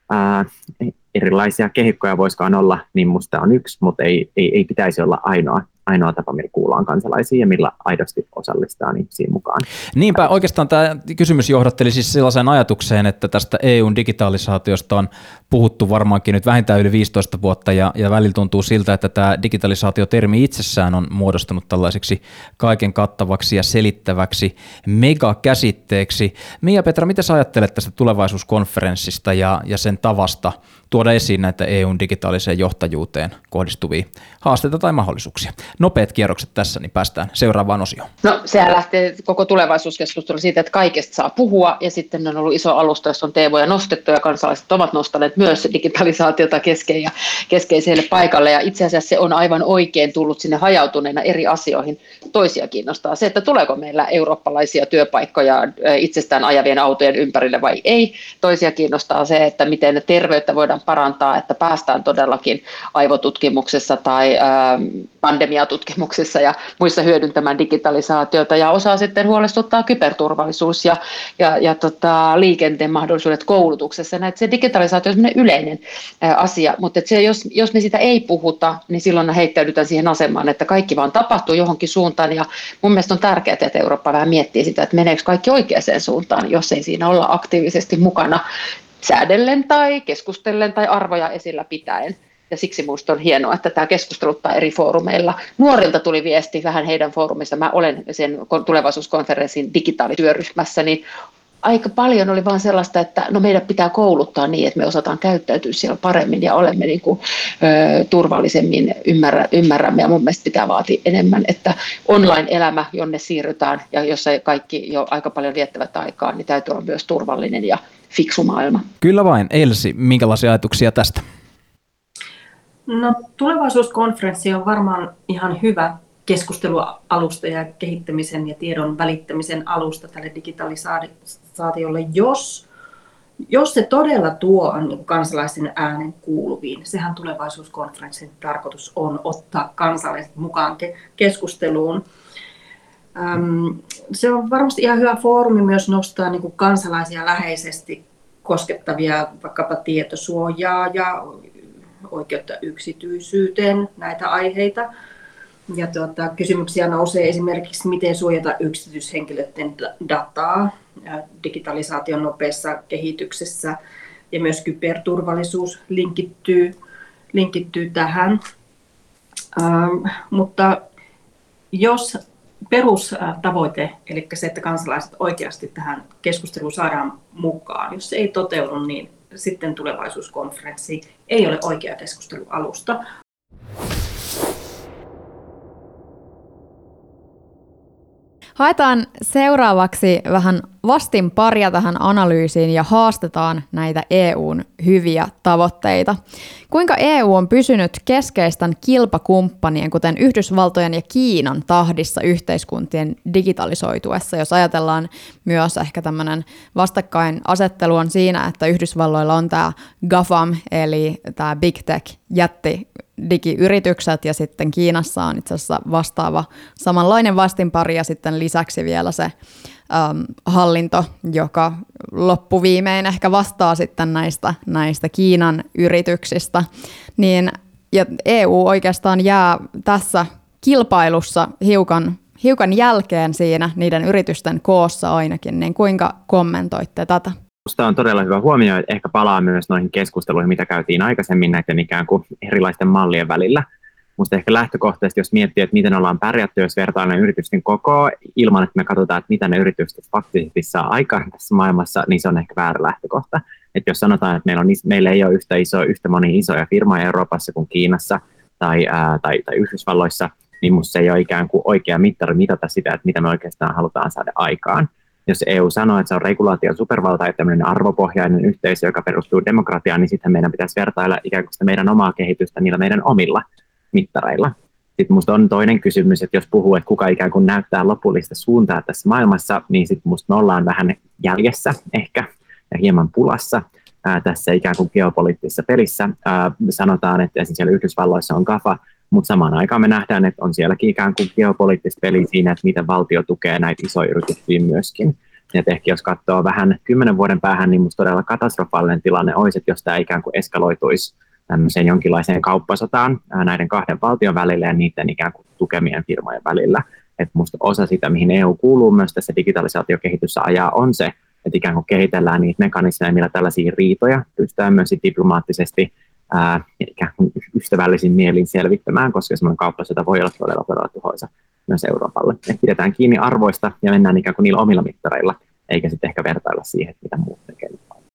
erilaisia kehikkoja voisikaan olla, niin musta on yksi, mutta ei pitäisi olla ainoa tapa, millä kuullaan kansalaisia ja millä aidosti osallistaa niin siihen mukaan. Niinpä oikeastaan tämä kysymys johdatteli siis sellaiseen ajatukseen, että tästä EUn digitalisaatiosta on puhuttu varmaankin nyt vähintään yli 15 vuotta ja välillä tuntuu siltä, että tämä digitalisaatiotermi itsessään on muodostunut tällaiseksi kaiken kattavaksi ja selittäväksi megakäsitteeksi. Miapetra, mitä sä ajattelet tästä tulevaisuuskonferenssista ja sen tavasta tuoda esiin näitä EUn digitaaliseen johtajuuteen kohdistuvia haasteita tai mahdollisuuksia? Nopeat kierrokset tässä, niin päästään seuraavaan osioon. No sehän lähtee koko tulevaisuuskeskustelu siitä, että kaikesta saa puhua ja sitten on ollut iso alusta, jossa on teemoja nostettu ja kansalaiset ovat nostaneet myös digitalisaatiota keskeiselle paikalle ja itse asiassa se on aivan oikein tullut sinne hajautuneena eri asioihin. Toisia kiinnostaa se, että tuleeko meillä eurooppalaisia työpaikkoja itsestään ajavien autojen ympärille vai ei. Toisia kiinnostaa se, että miten terveyttä voidaan parantaa, että päästään todellakin aivotutkimuksessa tai pandemiatutkimuksessa ja muissa hyödyntämään digitalisaatiota ja osaa sitten huolestuttaa kyberturvallisuus ja liikenteen mahdollisuudet koulutuksessa. Näet, se digitalisaatio on sellainen yleinen asia, mutta se, jos me sitä ei puhuta, niin silloin heittäydytään siihen asemaan, että kaikki vaan tapahtuu johonkin suuntaan ja mun mielestä on tärkeää, että Eurooppa vähän miettii sitä, että meneekö kaikki oikeaan suuntaan, jos ei siinä olla aktiivisesti mukana säädellen tai keskustellen tai arvoja esillä pitäen. Ja siksi minusta on hienoa, että tämä keskusteluttaa eri foorumeilla. Nuorilta tuli viesti vähän heidän foorumista. Mä olen sen tulevaisuuskonferenssin digitaalityöryhmässä, niin aika paljon oli vaan sellaista, että no meidän pitää kouluttaa niin, että me osataan käyttäytyä siellä paremmin ja olemme niin kuin, turvallisemmin, ymmärrämme ja mun mielestä pitää vaatia enemmän, että online-elämä, jonne siirrytään ja jossa kaikki jo aika paljon viettävät aikaa, niin täytyy olla myös turvallinen ja fiksu maailma. Kyllä vain. Elsi, minkälaisia ajatuksia tästä? No, tulevaisuuskonferenssi on varmaan ihan hyvä keskustelualusta ja kehittämisen ja tiedon välittämisen alusta tälle digitalisaatiolle, jos se todella tuo niin kansalaisten äänen kuuluviin. Sehän tulevaisuuskonferenssin tarkoitus on ottaa kansalaiset mukaan keskusteluun. Se on varmasti ihan hyvä foorumi myös nostaa niin kuin kansalaisia läheisesti koskettavia vaikkapa tietosuojaa ja oikeutta yksityisyyteen, näitä aiheita. Ja kysymyksiä nousee esimerkiksi, miten suojata yksityishenkilöiden dataa digitalisaation nopeassa kehityksessä, ja myös kyberturvallisuus linkittyy tähän. Mutta jos perustavoite, eli se, että kansalaiset oikeasti tähän keskusteluun saadaan mukaan, jos se ei toteudu, niin sitten tulevaisuuskonferenssi ei ole oikea keskustelualusta. Haetaan seuraavaksi vähän vastinparia tähän analyysiin ja haastetaan näitä EUn hyviä tavoitteita. Kuinka EU on pysynyt keskeisten kilpakumppanien, kuten Yhdysvaltojen ja Kiinan tahdissa yhteiskuntien digitalisoituessa? Jos ajatellaan myös ehkä tämmöinen vastakkainasettelu on siinä, että Yhdysvalloilla on tämä GAFAM, eli tämä Big Tech, jätti digiyritykset, ja sitten Kiinassa on itse asiassa vastaava samanlainen vastinpari, ja sitten lisäksi vielä se hallinto, joka loppuviimein ehkä vastaa sitten näistä Kiinan yrityksistä, niin ja EU oikeastaan jää tässä kilpailussa hiukan jälkeen siinä niiden yritysten koossa ainakin, niin kuinka kommentoitte tätä? Minusta on todella hyvä huomio, että ehkä palaa myös noihin keskusteluihin, mitä käytiin aikaisemmin näiden ikään kuin erilaisten mallien välillä. Minusta ehkä lähtökohtaisesti, jos miettii, että miten ollaan pärjätty, jos vertaillaan yritysten kokoa, ilman että me katsotaan, että mitä ne yritykset faktisesti saa aikaan tässä maailmassa, niin se on ehkä väärä lähtökohta. Että jos sanotaan, että meillä ei ole yhtä monia isoja firmoja Euroopassa kuin Kiinassa tai Yhdysvalloissa, niin minusta se ei ole ikään kuin oikea mittari mitata sitä, että mitä me oikeastaan halutaan saada aikaan. Jos EU sanoo, että se on regulaatio supervalta ja tämmöinen arvopohjainen yhteisö, joka perustuu demokratiaan, niin sitten meidän pitäisi vertailla ikään kuin sitä meidän omaa kehitystä niillä meidän omilla mittareilla. Sitten minusta on toinen kysymys, että jos puhuu, että kuka ikään kuin näyttää lopullista suuntaa tässä maailmassa, niin sitten minusta me ollaan vähän jäljessä ehkä ja hieman pulassa tässä ikään kuin geopoliittisessa pelissä. Sanotaan, että esimerkiksi siellä Yhdysvalloissa on GAFA, mutta samaan aikaan me nähdään, että on sielläkin ikään kuin geopoliittista peliä siinä, että miten valtio tukee näitä isoja yrityksiä myöskin. Ja ehkä jos katsoo vähän 10 vuoden päähän, niin minusta todella katastrofaalinen tilanne olisi, että jos tämä ikään kuin eskaloituisi tämmöiseen jonkinlaiseen kauppasotaan näiden kahden valtion välillä ja niiden ikään kuin tukemien firmojen välillä. Että minusta osa sitä, mihin EU kuuluu myös tässä digitalisaatiokehityssä ajaa, on se, että ikään kuin kehitellään niitä mekanismeja, millä tällaisia riitoja pystytään myös diplomaattisesti ikään kuin ystävällisin mielin selvittämään, koska semmoinen kauppasota voi olla todella tuhoisa myös Euroopalle. Et pidetään kiinni arvoista ja mennään ikään kuin niillä omilla mittareilla, eikä sitten ehkä vertailla siihen, mitä muut tekee.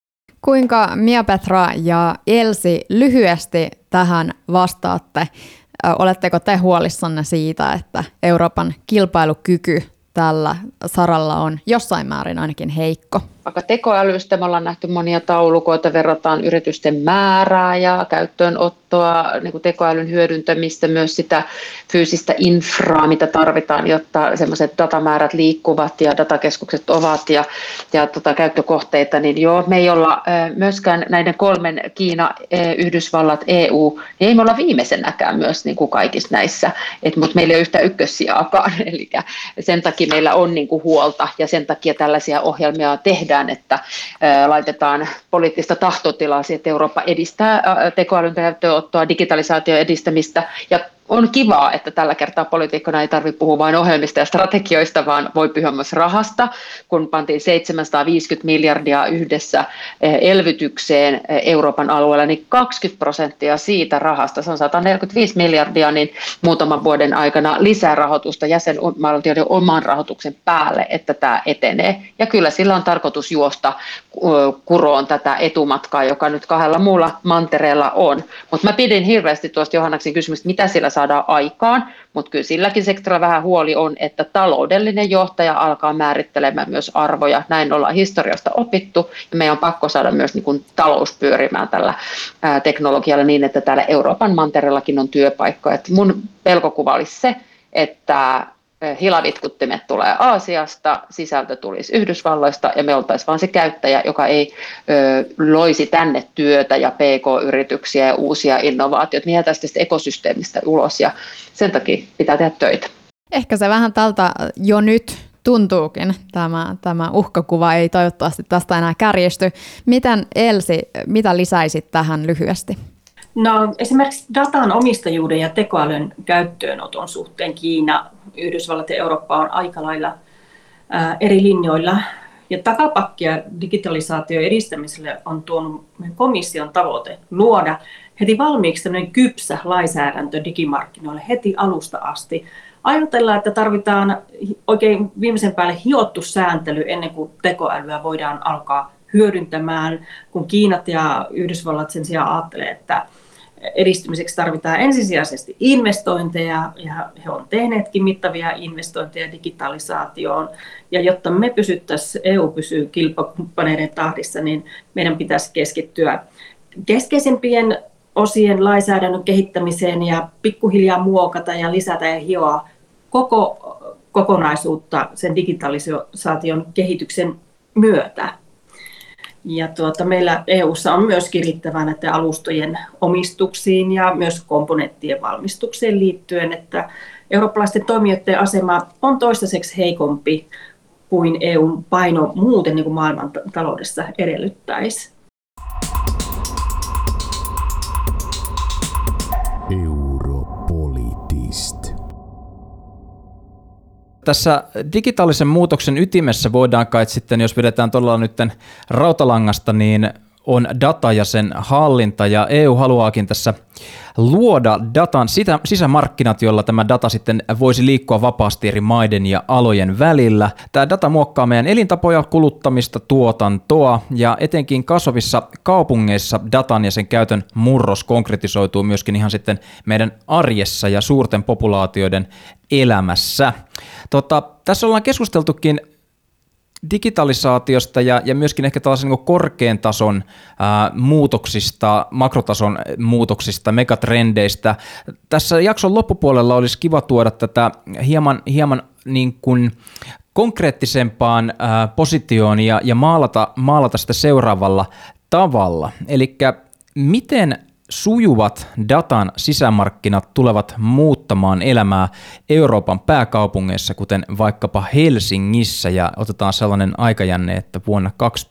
Kuinka Mia-Petra ja Elsi lyhyesti tähän vastaatte? Oletteko te huolissanne siitä, että Euroopan kilpailukyky tällä saralla on jossain määrin ainakin heikko? Vaikka tekoälystä me ollaan nähty monia taulukoita, verrataan yritysten määrää ja käyttöönottoa, niin kuin tekoälyn hyödyntämistä, myös sitä fyysistä infraa, mitä tarvitaan, jotta sellaiset datamäärät liikkuvat ja datakeskukset ovat ja käyttökohteita, niin joo, me ei olla myöskään näiden kolmen, Kiina, Yhdysvallat, EU, niin ei me olla viimeisenäkään myös niin kuin kaikissa näissä, mutta meillä ei ole yhtä ykkössijaakaan, eli sen takia meillä on niin kuin huolta ja sen takia tällaisia ohjelmia tehdään, että laitetaan poliittista tahtotilaa siihen, että Eurooppa edistää tekoälyn käyttöönottoa, digitalisaation edistämistä ja on kivaa, että tällä kertaa poliitikkona ei tarvitse puhua vain ohjelmista ja strategioista, vaan voi puhua myös rahasta, kun pantiin 750 miljardia yhdessä elvytykseen Euroopan alueella, niin 20% siitä rahasta, se on 145 miljardia, niin muutaman vuoden aikana lisää rahoitusta jäsenvaltioiden oman rahoituksen päälle, että tämä etenee. Ja kyllä sillä on tarkoitus juosta kuroon tätä etumatkaa, joka nyt 2 muulla mantereella on. Mutta mä pidin hirveästi tuosta Johannaksen kysymystä, mitä sillä saadaan aikaan, mutta kyllä silläkin sektorilla vähän huoli on, että taloudellinen johtaja alkaa määrittelemään myös arvoja. Näin ollaan historiasta opittu, ja meidän on pakko saada myös niin kuin talous pyörimään tällä teknologialla niin, että täällä Euroopan mantereellakin on työpaikkoja. Et mun pelkokuva olisi se, että hilavitkuttimet tulee Aasiasta, sisältö tulisi Yhdysvalloista ja me oltaisiin vaan se käyttäjä, joka ei loisi tänne työtä ja PK-yrityksiä ja uusia innovaatioita. Me jäätäisiin tästä ekosysteemistä ulos ja sen takia pitää tehdä töitä. Ehkä se vähän tältä jo nyt tuntuukin, tämä uhkakuva ei toivottavasti tästä enää kärjisty. Miten Elsi, mitä lisäisit tähän lyhyesti? No, esimerkiksi datan omistajuuden ja tekoälyn käyttöönoton suhteen Kiina, Yhdysvallat ja Eurooppa on aika lailla eri linjoilla. Ja takapakkia digitalisaation edistämiselle on tuonut komission tavoite luoda heti valmiiksi tämmöinen kypsä lainsäädäntö digimarkkinoille heti alusta asti. Ajatellaan, että tarvitaan oikein viimeisen päälle hiottu sääntely ennen kuin tekoälyä voidaan alkaa hyödyntämään, kun Kiinat ja Yhdysvallat sen sijaan ajattelee, että edistymiseksi tarvitaan ensisijaisesti investointeja, ja he on tehneetkin mittavia investointeja digitalisaatioon, ja jotta me EU pysyy kilpakumppaneiden tahdissa, niin meidän pitäisi keskittyä keskeisempien osien lainsäädännön kehittämiseen ja pikkuhiljaa muokata ja lisätä ja hioa koko kokonaisuutta sen digitalisaation kehityksen myötä. Ja meillä EU:ssa on myös kirittävää näiden alustojen omistuksiin ja myös komponenttien valmistukseen liittyen, että eurooppalaisten toimijoiden asema on toistaiseksi heikompi kuin EUn paino muuten niin kuin maailman taloudessa edellyttäisi. Europolitist. Tässä digitaalisen muutoksen ytimessä voidaan kai sitten, jos vedetään todella nyt rautalangasta, niin on data ja sen hallinta, ja EU haluaakin tässä luoda datan sisämarkkinat, jolla tämä data sitten voisi liikkua vapaasti eri maiden ja alojen välillä. Tämä data muokkaa meidän elintapoja, kuluttamista, tuotantoa, ja etenkin kasvavissa kaupungeissa datan ja sen käytön murros konkretisoituu myöskin ihan sitten meidän arjessa ja suurten populaatioiden elämässä. Tässä ollaan keskusteltukin digitalisaatiosta ja myöskin ehkä tällaisen niin korkean tason muutoksista, makrotason muutoksista, megatrendeistä. Tässä jakson loppupuolella olisi kiva tuoda tätä hieman niin kuin konkreettisempaan positioon ja maalata sitä seuraavalla tavalla. Eli miten sujuvat datan sisämarkkinat tulevat muuttamaan elämää Euroopan pääkaupungeissa, kuten vaikkapa Helsingissä, ja otetaan sellainen aikajänne, että vuonna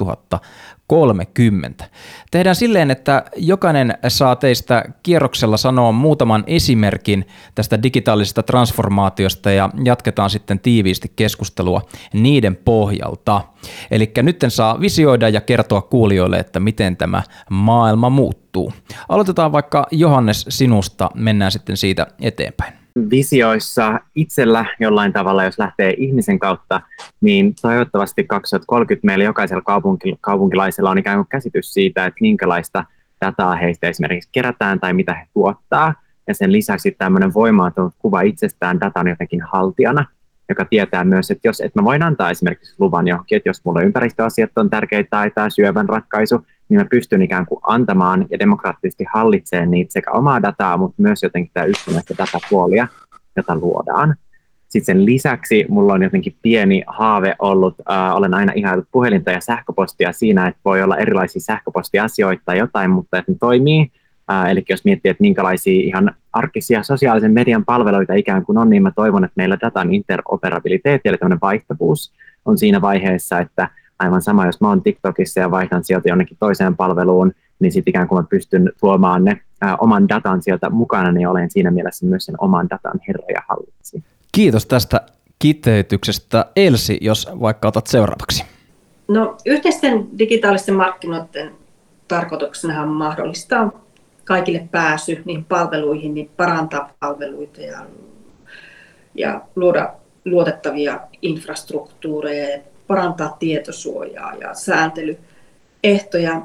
2030. Tehdään silleen, että jokainen saa teistä kierroksella sanoa muutaman esimerkin tästä digitaalisesta transformaatiosta, ja jatketaan sitten tiiviisti keskustelua niiden pohjalta. Eli nyt saa visioida ja kertoa kuulijoille, että miten tämä maailma muuttuu. Aloitetaan vaikka Johannes sinusta, mennään sitten siitä eteenpäin. Visioissa itsellä jollain tavalla, jos lähtee ihmisen kautta, niin toivottavasti 2030 meillä jokaisella kaupunkilaisella on ikään kuin käsitys siitä, että minkälaista dataa heistä esimerkiksi kerätään tai mitä he tuottaa. Ja sen lisäksi tämmöinen voimaantunut kuva itsestään datan jotenkin haltijana, joka tietää myös, että jos mä voin antaa esimerkiksi luvan johonkin, että jos mulle ympäristöasiat on tärkeitä tai tämä syövän ratkaisu, niin mä pystyn ikään kuin antamaan ja demokraattisesti hallitsemaan niitä sekä omaa dataa, mutta myös jotenkin tämä yksinäistä datapuolia, jota luodaan. Sitten sen lisäksi mulla on jotenkin pieni haave ollut, olen aina ihaillut puhelinta ja sähköpostia siinä, että voi olla erilaisia sähköpostiasioita tai jotain, mutta että ne toimii. Eli jos miettii, että minkälaisia ihan arkisia sosiaalisen median palveluita ikään kuin on, niin mä toivon, että meillä datan interoperabiliteetti, eli tämmöinen vaihtavuus, on siinä vaiheessa, että aivan sama, jos mä oon TikTokissa ja vaihdan sieltä jonnekin toiseen palveluun, niin sitten ikään kuin mä pystyn tuomaan ne oman datan sieltä mukana, niin olen siinä mielessä myös sen oman datan herra ja hallitsija. Kiitos tästä kiteytyksestä. Elsi, jos vaikka otat seuraavaksi. No, yhteisten digitaalisten markkinoiden tarkoituksena on mahdollistaa kaikille pääsy niihin palveluihin, niin parantaa palveluita ja luoda luotettavia infrastruktuureja, parantaa tietosuojaa ja sääntelyehtoja.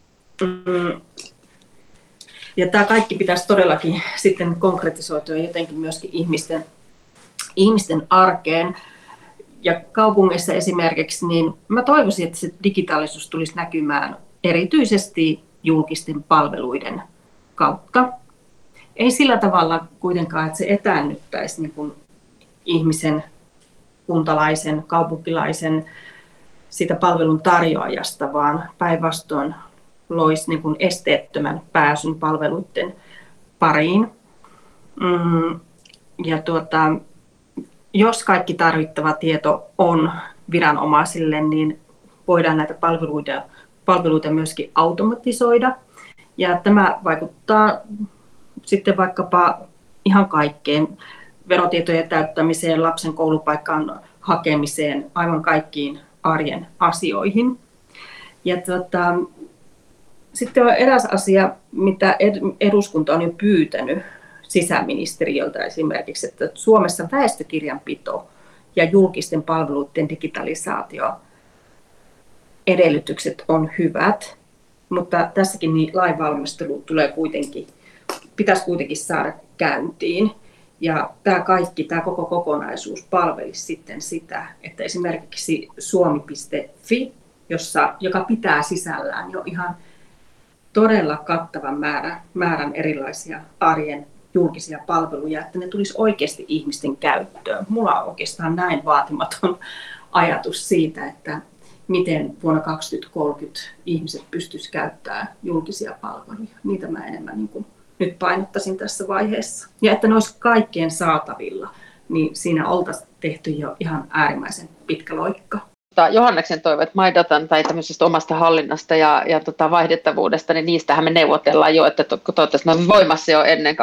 Ja tämä kaikki pitäisi todellakin sitten konkretisoitua jotenkin myöskin ihmisten arkeen. Ja kaupungeissa esimerkiksi, niin mä toivoisin, että se digitaalisuus tulisi näkymään erityisesti julkisten palveluiden kautta. Ei sillä tavalla kuitenkaan, että se etäännyttäisi niin kuin ihmisen, kuntalaisen, kaupunkilaisen siitä palvelun tarjoajasta, vaan päinvastoin loisi niin kuin esteettömän pääsyn palveluiden pariin. Ja jos kaikki tarvittava tieto on viranomaisille, niin voidaan näitä palveluita myöskin automatisoida. Ja tämä vaikuttaa sitten vaikkapa ihan kaikkeen, verotietojen täyttämiseen, lapsen koulupaikkaan hakemiseen, aivan kaikkiin arjen asioihin. Ja sitten on eräs asia, mitä eduskunta on jo pyytänyt sisäministeriöltä esimerkiksi, että Suomessa väestökirjanpito ja julkisten palveluiden digitalisaatio edellytykset on hyvät, mutta tässäkin niin lainvalmistelu pitäisi kuitenkin saada käyntiin. Ja tämä koko kokonaisuus palvelisi sitten sitä, että esimerkiksi suomi.fi, joka pitää sisällään jo ihan todella kattavan määrän erilaisia arjen julkisia palveluja, että ne tulisi oikeasti ihmisten käyttöön. Mulla on oikeastaan näin vaatimaton ajatus siitä, että miten vuonna 2030 ihmiset pystyisivät käyttämään julkisia palveluja. Niitä mä enemmän niin kuin nyt painottaisin tässä vaiheessa. Ja että ne olisi kaikkien saatavilla, niin siinä oltaisiin tehty jo ihan äärimmäisen pitkä loikka. Johanneksen toiveet MyDatan tai tämmöisestä omasta hallinnasta ja vaihdettavuudesta, niin niistähän me neuvotellaan jo, että toivottavasti ne on voimassa jo ennen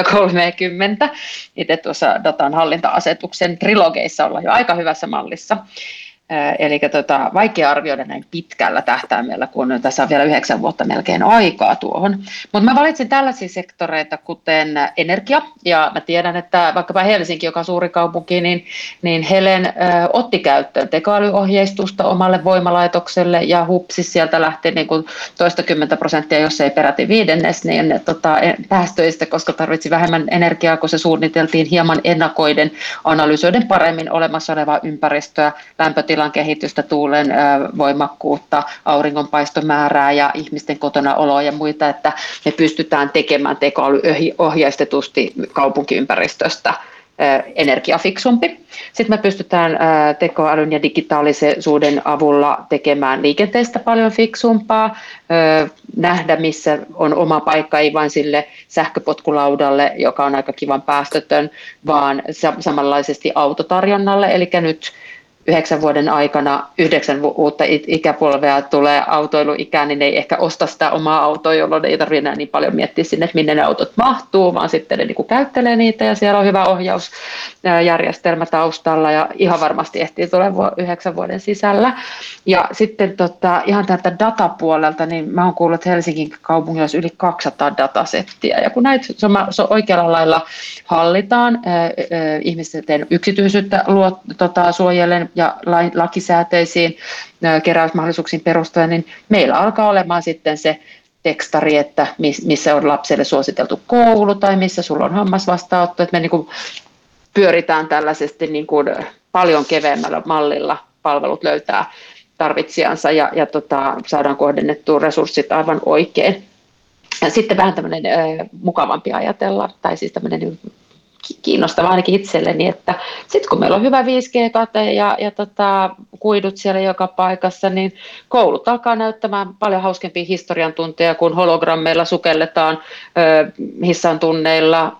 2030. Itse tuossa datan hallinta-asetuksen trilogeissa ollaan jo aika hyvässä mallissa. Eli vaikea arvioida näin pitkällä tähtäimellä, kun tässä on vielä 9 vuotta melkein aikaa tuohon. Mutta mä valitsin tällaisia sektoreita, kuten energia, ja mä tiedän, että vaikkapa Helsinki, joka on suuri kaupunki, niin Helen otti käyttöön tekoälyohjeistusta omalle voimalaitokselle, ja hupsis sieltä lähti niin kuin 20%, jos ei peräti 5%, niin päästöistä, koska tarvitsi vähemmän energiaa, kun se suunniteltiin hieman ennakoiden, analysoiden paremmin olemassa olevaa ympäristöä, lämpötilaa, kehitystä, tuulen voimakkuutta, auringonpaistomäärää ja ihmisten kotona oloa ja muita, että me pystytään tekemään tekoälyohjeistetusti kaupunkiympäristöstä energiafiksumpi. Sitten me pystytään tekoälyn ja digitaalisuuden avulla tekemään liikenteestä paljon fiksumpaa, nähdä missä on oma paikka, ei vain sille sähköpotkulaudalle, joka on aika kivan päästötön, vaan samanlaisesti autotarjonnalle, eli nyt 9 vuoden aikana 9 uutta ikäpolvea tulee autoiluikään, niin ne ei ehkä osta sitä omaa autoa, jolloin ei tarvitse enää niin paljon miettiä sinne, että minne ne autot mahtuu, vaan sitten ne niin kuin käyttelee niitä ja siellä on hyvä ohjausjärjestelmä taustalla ja ihan varmasti ehtii tulemaan 9 vuoden sisällä. Ja sitten ihan tältä datapuolelta, niin mä oon kuullut, että Helsingin kaupungilla olisi yli 200 datasettiä ja kun näitä oikealla lailla hallitaan, ihmisten yksityisyyttä suojellen ja lakisääteisiin keräysmahdollisuuksiin perustuen, niin meillä alkaa olemaan sitten se tekstari, että missä on lapselle suositeltu koulu tai missä sulla on hammasvastaanotto, että me niin kuin pyöritään tällaisesti niin kuin paljon keveämmällä mallilla, palvelut löytää tarvitsijansa ja saadaan kohdennettua resurssit aivan oikein. Ja sitten vähän tämmöinen mukavampi ajatella, tai siis tämmöinen kiinnostava ainakin itselleni, että sitten kun meillä on hyvä 5G-kate ja kuidut siellä joka paikassa, niin koulut alkaa näyttämään paljon hauskempia historian tunteja, kun hologrammeilla sukelletaan Hissan tunneilla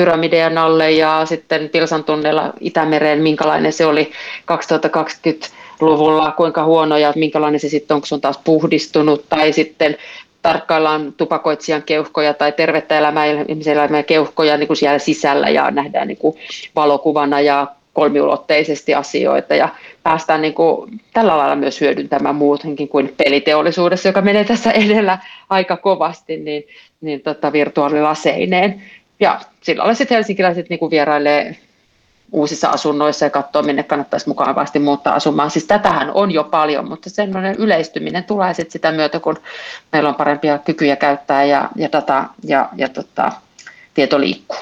Pyramidien alle ja sitten Pilsan tunneilla Itämereen, minkälainen se oli 2020 90-luvulla, kuinka huonoja, minkälainen se sitten on, kun se on taas puhdistunut, tai sitten tarkkaillaan tupakoitsijan keuhkoja tai tervettä elämää, ihmisen elämää keuhkoja niin kuin siellä sisällä ja nähdään niin kuin valokuvana ja kolmiulotteisesti asioita ja päästään niin kuin tällä lailla myös hyödyntämään muutenkin kuin peliteollisuudessa, joka menee tässä edellä aika kovasti, niin virtuaalilaseineen. Ja sillä lailla sitten helsinkiläiset niin kuin vierailee uusissa asunnoissa ja katsoo, minne kannattaisi mukavasti muuttaa asumaan. Siis tätähän on jo paljon, mutta semmoinen yleistyminen tulee sitten sitä myötä, kun meillä on parempia kykyjä käyttää ja data ja tieto liikkuu.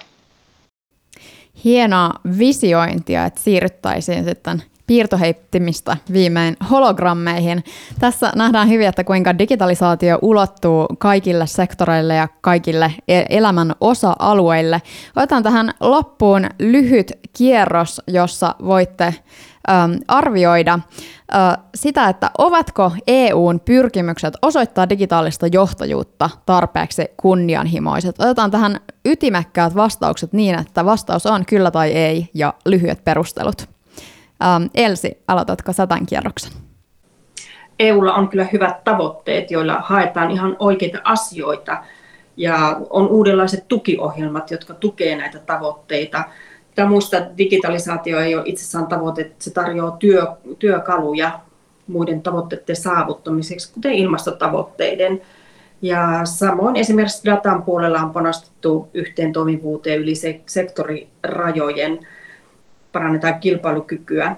Hienoa visiointia, että siirryttäisiin sitten piirtoheittimistä viimein hologrammeihin. Tässä nähdään hyvin, että kuinka digitalisaatio ulottuu kaikille sektoreille ja kaikille elämän osa-alueille. Otetaan tähän loppuun lyhyt kierros, jossa voitte arvioida sitä, että ovatko EUn pyrkimykset osoittaa digitaalista johtajuutta tarpeeksi kunnianhimoiset. Otetaan tähän ytimekkäät vastaukset niin, että vastaus on kyllä tai ei ja lyhyet perustelut. Elsi, aloitatko sä tämän kierroksen? EUlla on kyllä hyvät tavoitteet, joilla haetaan ihan oikeita asioita ja on uudenlaiset tukiohjelmat, jotka tukevat näitä tavoitteita. Pitää muistaa, että digitalisaatio ei ole itsessään tavoite, se tarjoaa työkaluja muiden tavoitteiden saavuttamiseksi, kuten ilmastotavoitteiden. Ja samoin esimerkiksi datan puolella on panostettu yhteentoimivuuteen yli sektorirajojen, parannetaan kilpailukykyä.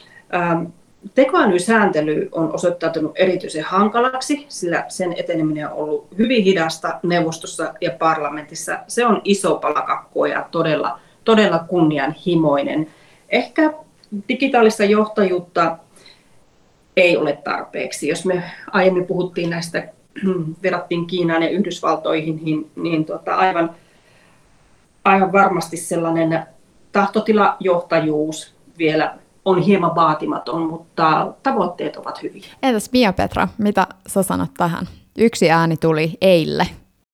Tekoälysääntely on osoittautunut erityisen hankalaksi, sillä sen eteneminen on ollut hyvin hidasta neuvostossa ja parlamentissa. Se on iso pala kakkua ja todella kunnianhimoinen. Ehkä digitaalista johtajuutta ei ole tarpeeksi. Jos me aiemmin puhuttiin näistä, verrattiin Kiinaan ja Yhdysvaltoihin, niin aivan varmasti sellainen tahtotilajohtajuus vielä on hieman vaatimaton, mutta tavoitteet ovat hyviä. Entäs Mia-Petra, mitä sä sanot tähän? Yksi ääni tuli eille.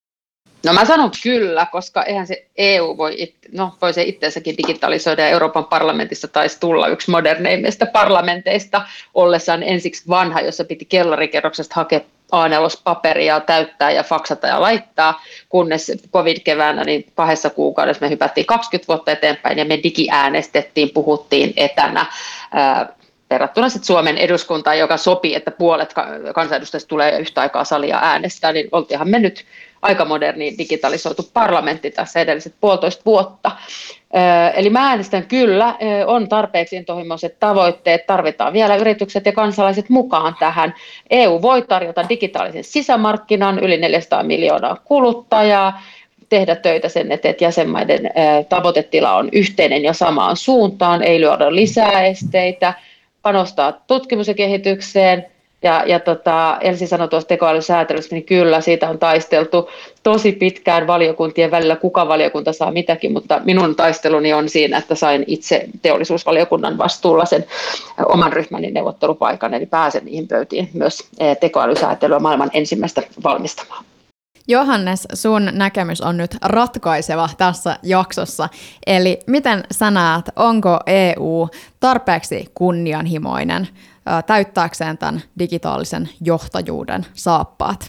No mä sanon kyllä, koska eihän se EU voi se itsensäkin digitalisoida ja Euroopan parlamentissa taisi tulla yksi moderneimmista parlamenteista ollessaan ensiksi vanha, jossa piti kellarikerroksesta hakea A4-paperia täyttää ja faksata ja laittaa, kunnes covid-keväänä niin 2 kuukaudessa me hypättiin 20 vuotta eteenpäin ja me digiäänestettiin, puhuttiin etänä verrattuna sitten Suomen eduskuntaan, joka sopii, että puolet kansanedustajista tulee yhtä aikaa salia äänestää, niin oltiinhan me nyt aika moderni digitalisoitu parlamentti tässä edelliset 1,5 vuotta. Eli mä äänestän kyllä, on tarpeeksi intohimoiset tavoitteet, tarvitaan vielä yritykset ja kansalaiset mukaan tähän. EU voi tarjota digitaalisen sisämarkkinan, yli 400 miljoonaa kuluttajaa, tehdä töitä sen eteen, että jäsenmaiden tavoitetila on yhteinen ja samaan suuntaan, ei luoda lisää esteitä, panostaa tutkimus- ja kehitykseen. Ja Elsi sanoi tuosta tekoälysäätelystä, niin kyllä siitä on taisteltu tosi pitkään valiokuntien välillä, kuka valiokunta saa mitäkin, mutta minun taisteluni on siinä, että sain itse teollisuusvaliokunnan vastuulla sen oman ryhmäni neuvottelupaikan, eli pääsen niihin pöytiin myös tekoälysäätelyä maailman ensimmäistä valmistamaan. Johannes, sun näkemys on nyt ratkaiseva tässä jaksossa. Eli miten sä näet, onko EU tarpeeksi kunnianhimoinen täyttääkseen tämän digitaalisen johtajuuden saappaat?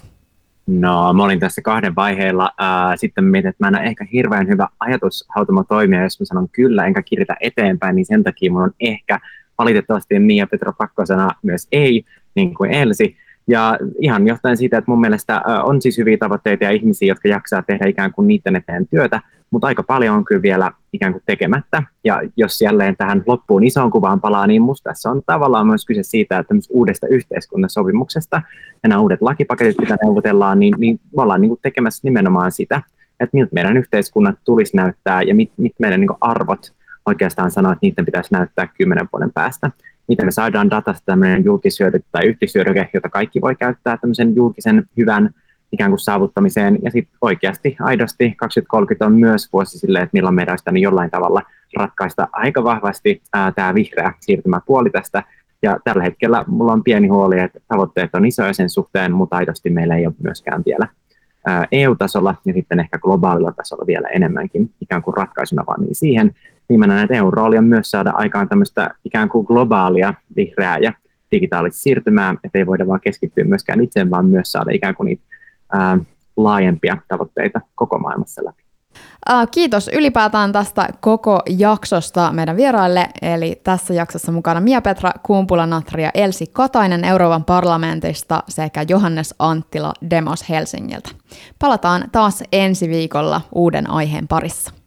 No, mä olin tässä 2 vaiheella. Sitten mietin, että mä en ole ehkä hirveän hyvä ajatushautomo toimia, jos mä sanon kyllä, enkä kirjoita eteenpäin, niin sen takia mun on ehkä valitettavasti Mia-Petra pakko sanoa myös ei, niin kuin Elsi. Ja ihan johtaen siitä, että mun mielestä on siis hyviä tavoitteita ja ihmisiä, jotka jaksaa tehdä ikään kuin niiden eteen työtä, mutta aika paljon on kyllä vielä ikään kuin tekemättä. Ja jos jälleen tähän loppuun isoon kuvaan palaa, niin musta tässä on tavallaan myös kyse siitä, että uudesta yhteiskuntasopimuksesta ja nämä uudet lakipaketit, mitä neuvotellaan, niin me ollaan niin kuin tekemässä nimenomaan sitä, että miltä meidän yhteiskunnat tulisi näyttää ja mit meidän niin kuin arvot oikeastaan sanoo, että niiden pitäisi näyttää 10 vuoden päästä. Miten me saadaan datasta tämmöinen julkishyödyke tai yhteishyödyke, jota kaikki voi käyttää tämmöisen julkisen hyvän ikään kuin saavuttamiseen. Ja sitten oikeasti, aidosti 2030 on myös vuosi silleen, että milloin meidän olisi jollain tavalla ratkaista aika vahvasti tämä vihreä siirtymäpuoli tästä. Ja tällä hetkellä mulla on pieni huoli, että tavoitteet on isoja sen suhteen, mutta aidosti meillä ei ole myöskään vielä EU-tasolla ja sitten ehkä globaalilla tasolla vielä enemmänkin ikään kuin ratkaisuna vaan niin siihen. Niin mä näen, että EU-rooli on myös saada aikaan tämmöistä ikään kuin globaalia vihreää ja digitaalista siirtymää, että ei voida vaan keskittyä myöskään itseen, vaan myös saada ikään kuin niitä laajempia tavoitteita koko maailmassa läpi. Kiitos ylipäätään tästä koko jaksosta meidän vieraille, eli tässä jaksossa mukana Mia-Petra Kumpula-Natri ja Elsi Katainen Euroopan parlamentista sekä Johannes Anttila Demos Helsingiltä. Palataan taas ensi viikolla uuden aiheen parissa.